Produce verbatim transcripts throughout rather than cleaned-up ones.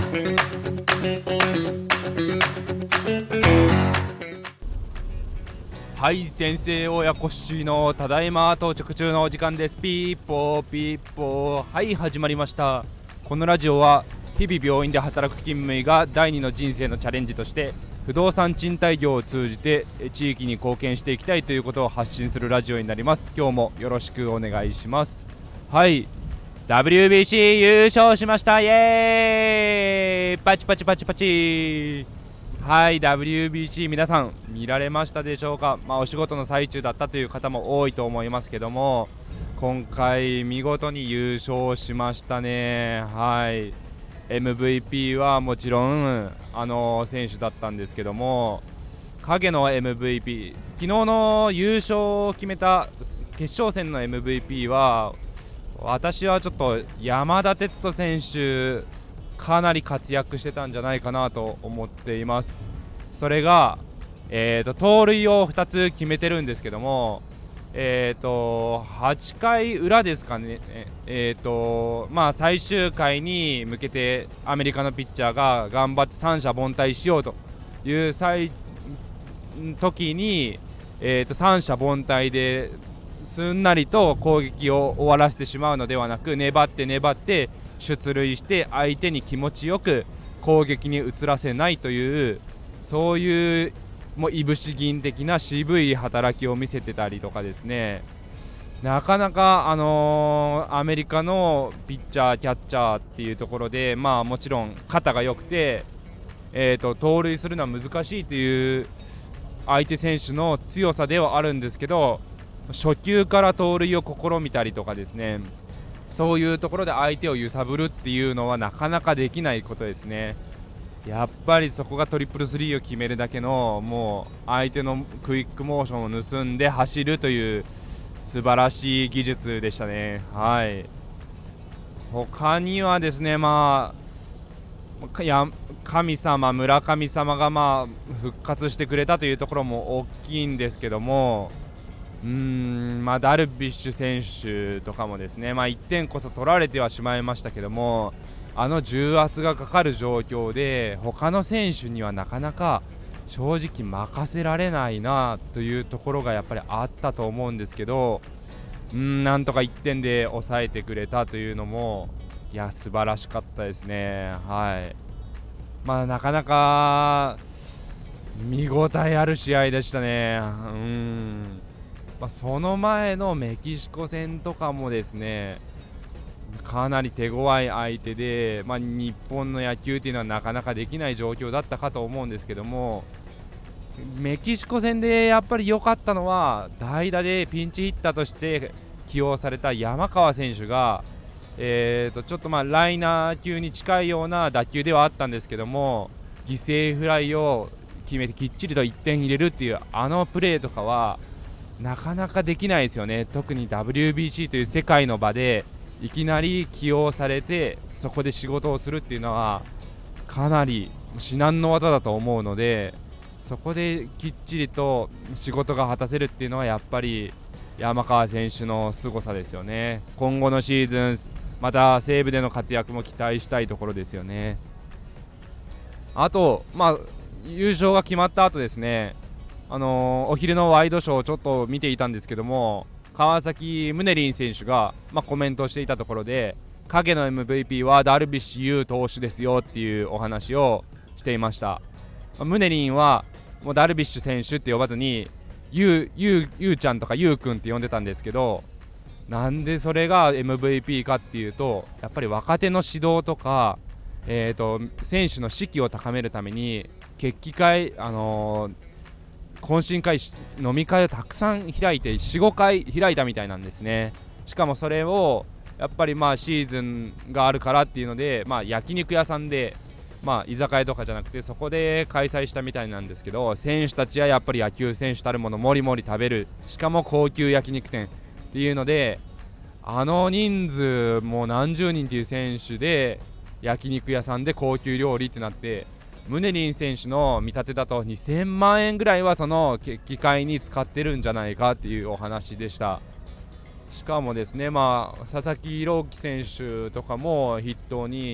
はい、先生親子しのただいま到着中のお時間です。ピーポーピーポー。はい、始まりました。このラジオは日々病院で働く勤務医が第二の人生のチャレンジとして不動産賃貸業を通じて地域に貢献していきたいということを発信するラジオになります。今日もよろしくお願いします。はい、 ダブリュービーシー 優勝しました。イエーイ、パチパチパチパチ。はい、 ダブリュービーシー 皆さん見られましたでしょうか。まあ、お仕事の最中だったという方も多いと思いますけども、今回見事に優勝しましたね。はい、 エムブイピー はもちろんあの選手だったんですけども、影の エムブイピー、 昨日の優勝を決めた決勝戦の エムブイピー は私はちょっと山田哲人選手かなり活躍してたんじゃないかなと思っています。それが、えー、と盗塁をふたつ決めてるんですけども、えー、とはちかい裏ですかね、えーとまあ、最終回に向けてアメリカのピッチャーが頑張って三者凡退しようという際時に、えー、と三者凡退ですんなりと攻撃を終わらせてしまうのではなく、粘って粘って出塁して相手に気持ちよく攻撃に移らせないという、そういうもういぶし銀的な渋い働きを見せてたりとかですね、なかなか、あのー、アメリカのピッチャーキャッチャーっていうところで、まあもちろん肩が良くて、えーと盗塁するのは難しいという相手選手の強さではあるんですけど、初球から盗塁を試みたりとかですね、そういうところで相手を揺さぶるっていうのはなかなかできないことですね。やっぱりそこがトリプルスリーを決めるだけの、もう相手のクイックモーションを盗んで走るという素晴らしい技術でしたね。はい、他にはですね、まあや神様村神様がまあ復活してくれたというところも大きいんですけども、うーん、まあ、ダルビッシュ選手とかもですね、まあ、いってんこそ取られてはしまいましたけども、あの重圧がかかる状況で他の選手にはなかなか正直任せられないなというところがやっぱりあったと思うんですけど、うーん、なんとかいってんで抑えてくれたというのも、いや素晴らしかったですね。はい、まあ、なかなか見応えある試合でしたね。うーん、まあ、その前のメキシコ戦とかもですね、かなり手強い相手で、まあ、日本の野球っていうのはなかなかできない状況だったかと思うんですけども、メキシコ戦でやっぱり良かったのは代打でピンチヒッターとして起用された山川選手が、えーとちょっとまあライナー級に近いような打球ではあったんですけども、犠牲フライを決めてきっちりといってん入れるっていうあのプレーとかはなかなかできないですよね。特に ダブリュービーシー という世界の場でいきなり起用されてそこで仕事をするっていうのはかなり至難の技だと思うので、そこできっちりと仕事が果たせるっていうのはやっぱり山川選手の凄さですよね。今後のシーズンまた西武での活躍も期待したいところですよね。あと、まあ、優勝が決まった後ですね、あのー、お昼のワイドショーをちょっと見ていたんですけども、川崎宗凛選手が、まあ、コメントしていたところで、影の エムブイピー はダルビッシュ有投手ですよっていうお話をしていました。宗凛はもうダルビッシュ選手って呼ばずにゆう、ゆう、ゆうちゃんとかゆうくんって呼んでたんですけど、なんでそれが エムブイピー かっていうと、やっぱり若手の指導とか、えーと、選手の士気を高めるために決起会、あのー、懇親会飲み会をたくさん開いて よん,ご 回開いたみたいなんですね。しかもそれをやっぱりまあシーズンがあるからっていうので、まあ、焼肉屋さんで、まあ、居酒屋とかじゃなくてそこで開催したみたいなんですけど、選手たちはやっぱり野球選手たるものもりもり食べる、しかも高級焼肉店っていうので、あの人数もう何十人っていう選手で焼肉屋さんで高級料理ってなって、宗凛選手の見立てだとにせんまんえんぐらいはその決起会に使ってるんじゃないかっていうお話でした。しかもですね、まあ、佐々木朗希選手とかも筆頭に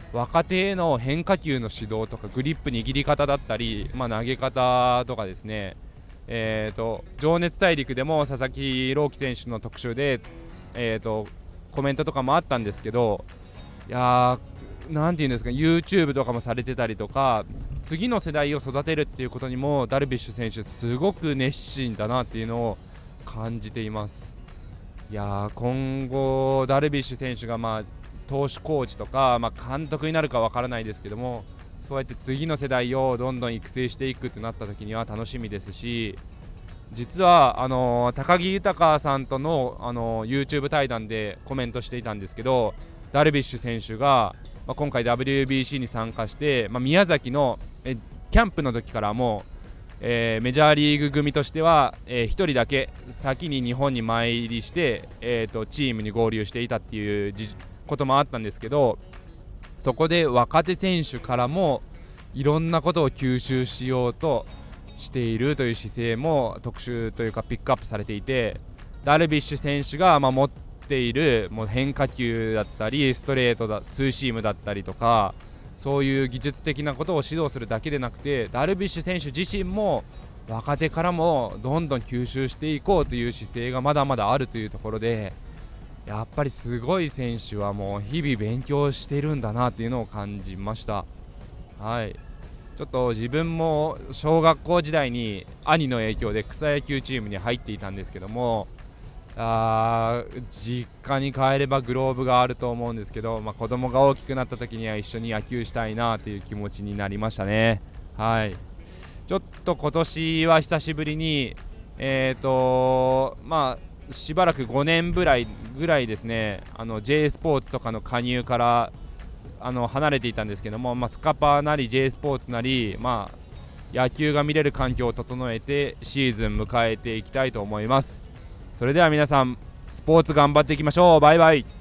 若手への変化球の指導とかグリップ握り方だったり、まあ、投げ方とかですね、えーと情熱大陸でも佐々木朗希選手の特集で、えーとコメントとかもあったんですけど、いやーなんていうんですか、 YouTube とかもされてたりとか、次の世代を育てるっていうことにもダルビッシュ選手すごく熱心だなっていうのを感じています。いやー今後ダルビッシュ選手がまあ投手コーチとか、まあ、監督になるかわからないですけども、そうやって次の世代をどんどん育成していくってなった時には楽しみですし、実はあのー、高木豊さんとの、あのー、YouTube 対談でコメントしていたんですけど、ダルビッシュ選手が、まあ、今回 ダブリュービーシー に参加して、まあ、宮崎のえキャンプの時からも、えー、メジャーリーグ組としては、えー、ひとりだけ先に日本に参入して、えーと、チームに合流していたっていうこともあったんですけど、そこで若手選手からもいろんなことを吸収しようとしているという姿勢も特集というかピックアップされていて、ダルビッシュ選手がまあ持っているもう変化球だったりストレートだツーシームだったりとか、そういう技術的なことを指導するだけでなくて、ダルビッシュ選手自身も若手からもどんどん吸収していこうという姿勢がまだまだあるというところで、やっぱりすごい選手はもう日々勉強しているんだなっていうのを感じました。はい、ちょっと自分も小学校時代に兄の影響で草野球チームに入っていたんですけども、あ実家に帰ればグローブがあると思うんですけど、まあ、子供が大きくなった時には一緒に野球したいなという気持ちになりましたね。はい、ちょっと今年は久しぶりにえーとまあしばらくごねんぐらいぐらいですね、あの J スポーツとかの加入からあの離れていたんですけども、まあ、スカパーなり J スポーツなり、まあ、野球が見れる環境を整えてシーズン迎えていきたいと思います。それでは皆さんスポーツ頑張っていきましょう。バイバイ。